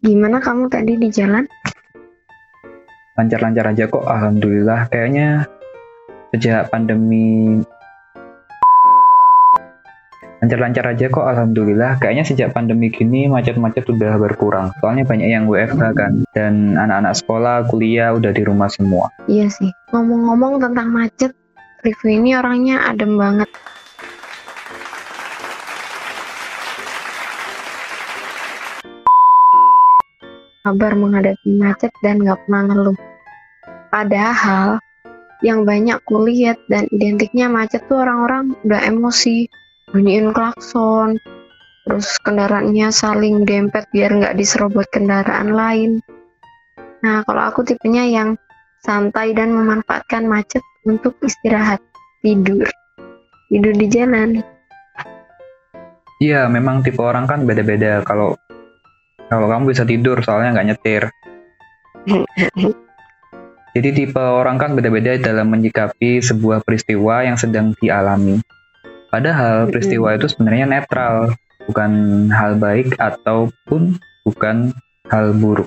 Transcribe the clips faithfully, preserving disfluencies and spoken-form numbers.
Gimana kamu tadi di jalan? Lancar-lancar aja kok, alhamdulillah. Kayaknya sejak pandemi lancar-lancar aja kok, alhamdulillah. Kayaknya sejak pandemi gini macet-macet udah berkurang. Soalnya banyak yang W F H kan, dan anak-anak sekolah, kuliah udah di rumah semua. Iya sih. Ngomong-ngomong tentang macet, Review ini orangnya adem banget. Sabar menghadapi macet dan gak pernah ngeluh. Padahal yang banyak kulihat dan identiknya macet tuh orang-orang udah emosi, bunyiin klakson, terus kendaraannya saling dempet biar nggak diserobot kendaraan lain. Nah, kalau aku tipenya yang santai dan memanfaatkan macet untuk istirahat, tidur, tidur di jalan. Iya, memang tipe orang kan beda-beda. Kalau kalau kamu bisa tidur soalnya nggak nyetir. Jadi tipe orang kan beda-beda dalam menyikapi sebuah peristiwa yang sedang dialami. Padahal peristiwa itu sebenarnya netral, bukan hal baik ataupun bukan hal buruk.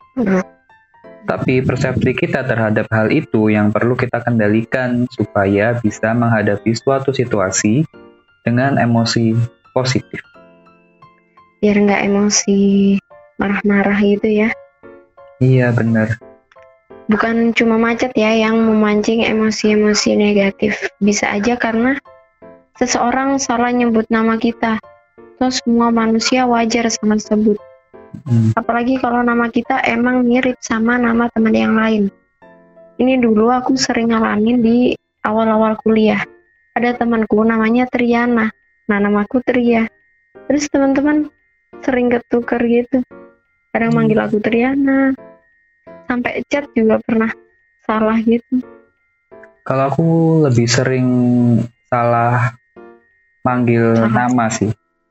Tapi persepsi kita terhadap hal itu yang perlu kita kendalikan supaya bisa menghadapi suatu situasi dengan emosi positif. Biar nggak emosi marah-marah gitu ya. Iya, benar. Bukan cuma macet ya yang memancing emosi-emosi negatif. Bisa aja karena seseorang salah nyebut nama kita. Terus semua manusia wajar salah sebut. Hmm. Apalagi kalau nama kita emang mirip sama nama teman yang lain. Ini dulu aku sering ngalamin di awal-awal kuliah. Ada temanku namanya Triana. Nah, namaku Tria. Terus teman-teman sering ketuker gitu. Kadang hmm. manggil aku Triana. Sampai chat juga pernah salah gitu. Kalau aku lebih sering salah manggil salah. Nama sih.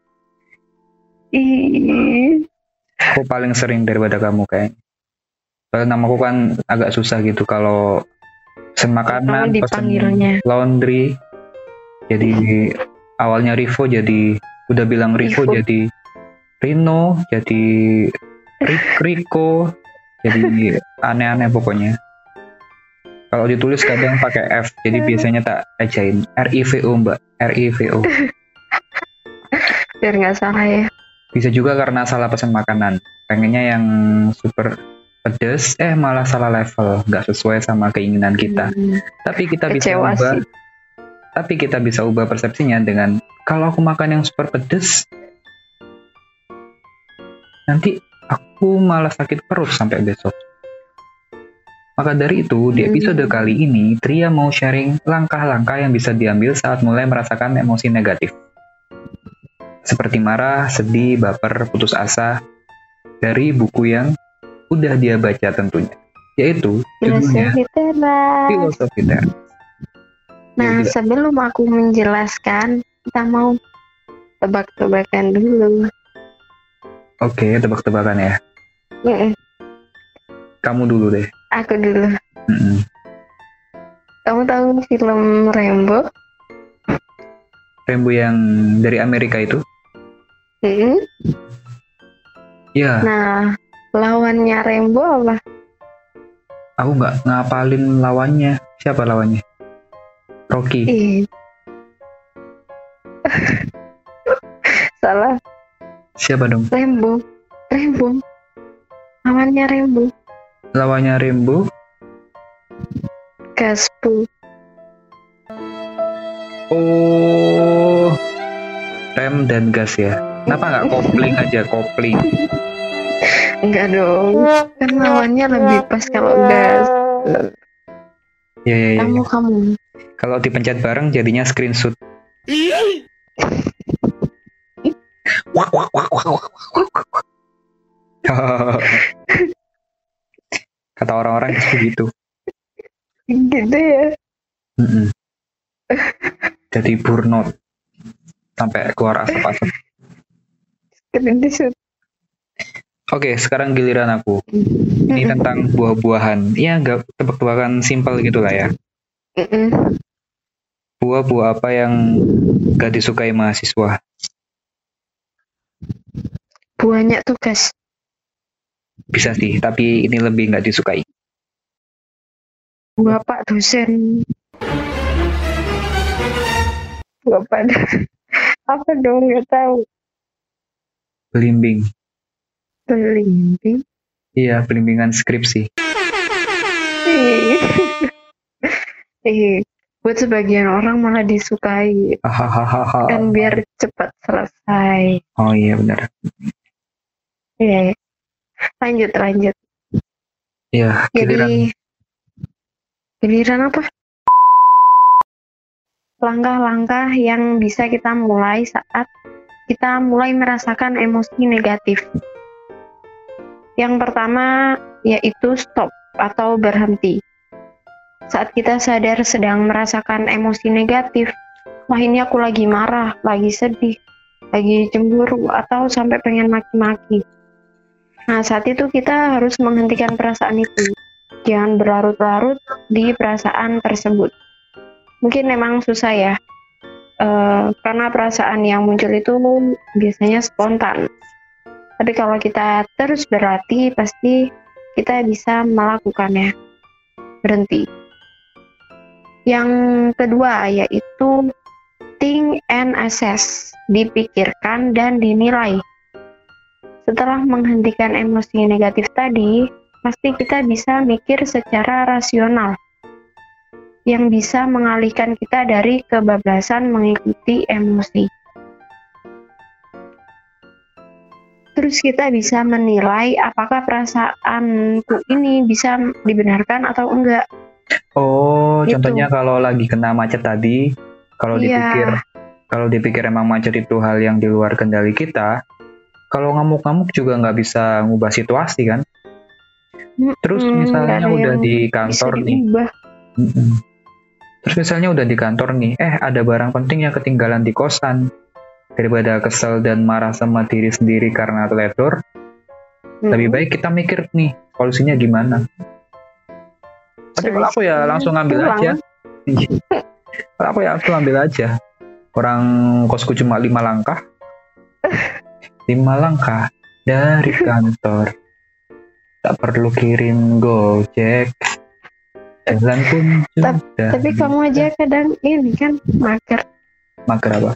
Ih. Aku paling sering daripada kamu kayaknya. Soalnya namaku kan agak susah gitu. Kalau pesen makanan, pesen laundry, jadi awalnya Rivo jadi udah bilang Rivo, Rivo. jadi Rino, jadi Riko, jadi aneh-aneh pokoknya. Kalau ditulis kadang pakai F, jadi biasanya tak ajain R I V O mbak, R I V O. Biar nggak salah ya. Bisa juga karena salah pesan makanan, pengennya yang super pedes, eh malah salah level, nggak sesuai sama keinginan kita. Hmm. Tapi kita bisa Kecewa ubah, sih. tapi kita bisa ubah persepsinya dengan kalau aku makan yang super pedes, nanti aku malah sakit perut sampai besok. Maka dari itu, di episode hmm. kali ini, Tria mau sharing langkah-langkah yang bisa diambil saat mulai merasakan emosi negatif. Seperti marah, sedih, baper, putus asa, dari buku yang udah dia baca tentunya. Yaitu, judulnya Filosofi Teras. Nah, ya, sebelum aku menjelaskan, kita mau tebak-tebakan dulu. Oke, tebak-tebakan ya. Mm-mm. Kamu dulu deh. Aku dulu. Mm-mm. Kamu tahu film Rambo? Rambo yang dari Amerika itu? Mm-mm. Ya. Nah, lawannya Rambo apa? Aku nggak ngapalin lawannya. Siapa lawannya? Rocky. Ih. Salah. Siapa dong? Rambo. Rambo. Lawannya Rambo. Lawannya Rambo? Gaspu. Oh, rem dan gas ya. Kenapa nggak kopling aja, kopling? Enggak dong. Kan lawannya lebih pas kalau gas. Ya, ya, ya. Kamu, kamu. Kalau dipencet bareng jadinya screenshot. Wak, wak, wak, wak, wak, wak. Kata orang-orang gitu. Gitu ya. Mm-mm. Jadi burnout sampai keluar asap-asap. Oke, sekarang giliran aku. Ini tentang buah-buahan. Ya, nggak tebak-tebakan simpel gitu lah ya. Buah-buah apa yang nggak disukai mahasiswa? Buahnya tugas. Bisa sih, tapi ini lebih nggak disukai. Bapak dosen. Bapak apa dong, nggak tahu. Belimbing. Belimbing? Iya, belimbingan skripsi. Eh, buat sebagian orang malah disukai. Hahaha. Kan biar cepat selesai. Oh iya benar. Iya, ya. Lanjut, lanjut. Iya, giliran. Jadi, giliran apa? Langkah-langkah yang bisa kita mulai saat kita mulai merasakan emosi negatif. Yang pertama yaitu stop atau berhenti. Saat kita sadar sedang merasakan emosi negatif, wah ini aku lagi marah, lagi sedih, lagi cemburu, atau sampai pengen maki-maki. Nah, saat itu kita harus menghentikan perasaan itu. Jangan berlarut-larut di perasaan tersebut. Mungkin memang susah ya, e, karena perasaan yang muncul itu biasanya spontan. Tapi kalau kita terus berlatih, pasti kita bisa melakukannya. Berhenti. Yang kedua yaitu think and assess, dipikirkan dan dinilai. Setelah menghentikan emosi negatif tadi, pasti kita bisa mikir secara rasional yang bisa mengalihkan kita dari kebablasan mengikuti emosi. Terus kita bisa menilai apakah perasaanku ini bisa dibenarkan atau enggak. Oh, gitu. Contohnya kalau lagi kena macet tadi, kalau Iya. dipikir kalau dipikir emang macet itu hal yang di luar kendali kita, kalau ngamuk-ngamuk juga nggak bisa ngubah situasi kan? Terus Hmm, misalnya udah di kantor nih, Mm-mm. terus misalnya udah di kantor nih, eh ada barang penting yang ketinggalan di kosan. Daripada kesel dan marah sama diri sendiri karena teledor, hmm. lebih baik kita mikir nih solusinya gimana. Tapi kalau aku ya langsung ambil pulang. aja. Kalau aku ya aku ambil aja. Orang kosku cuma lima langkah. Lima langkah dari kantor. Tak perlu kirim Gojek. Jalan pun sudah. Tapi kamu aja kadang ini kan mager. Mager apa?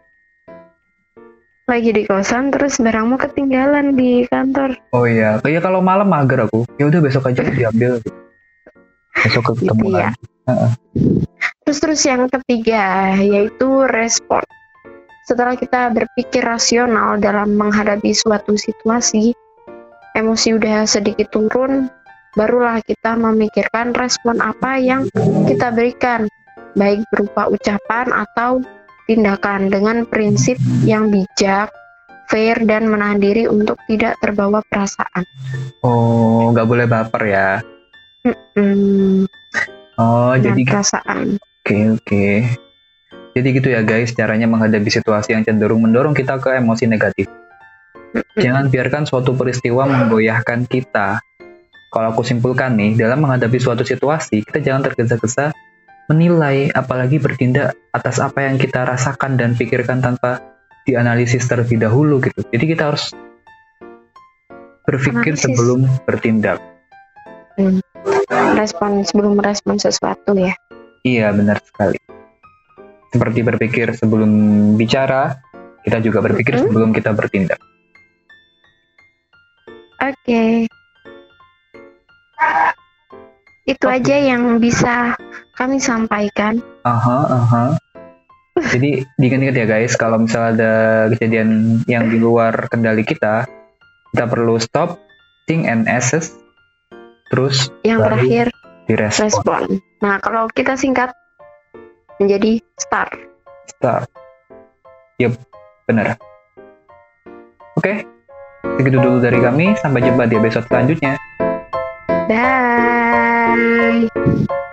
Lagi di kosan terus barangmu ketinggalan di kantor. Oh iya, kayak kalau malam mager aku. Ya udah besok aja diambil. Besok ketemu gitu ya. lagi. Uh-uh. Terus terus yang ketiga yaitu respon. Setelah kita berpikir rasional dalam menghadapi suatu situasi, emosi udah sedikit turun, barulah kita memikirkan respon apa yang kita berikan, baik berupa ucapan atau tindakan dengan prinsip yang bijak, fair, dan menahan diri untuk tidak terbawa perasaan. Oh, nggak boleh baper ya? Mm-mm. Oh, nah, jadi perasaan. Oke, okay, oke. Okay. Jadi gitu ya guys, caranya menghadapi situasi yang cenderung mendorong kita ke emosi negatif. Mm-mm. Jangan biarkan suatu peristiwa menggoyahkan kita. Kalau aku simpulkan nih, dalam menghadapi suatu situasi, kita jangan tergesa-gesa menilai, apalagi bertindak atas apa yang kita rasakan dan pikirkan tanpa dianalisis terlebih dahulu gitu. Jadi kita harus berpikir analisis sebelum bertindak. Hmm. Respon sebelum merespon sesuatu ya. Iya, benar sekali. Seperti berpikir sebelum bicara, kita juga berpikir hmm? sebelum kita bertindak. Oke. Okay. Itu okay. aja yang bisa kami sampaikan. Aha, aha. Jadi diingat-ingat ya guys, kalau misalnya ada kejadian yang di luar kendali kita, kita perlu stop, think and assess, terus yang terakhir direspon. Respon. Nah, kalau kita singkat menjadi start. Start. Yup, benar. Oke, segitu dulu dari kami. Sampai jumpa di episode selanjutnya. Bye.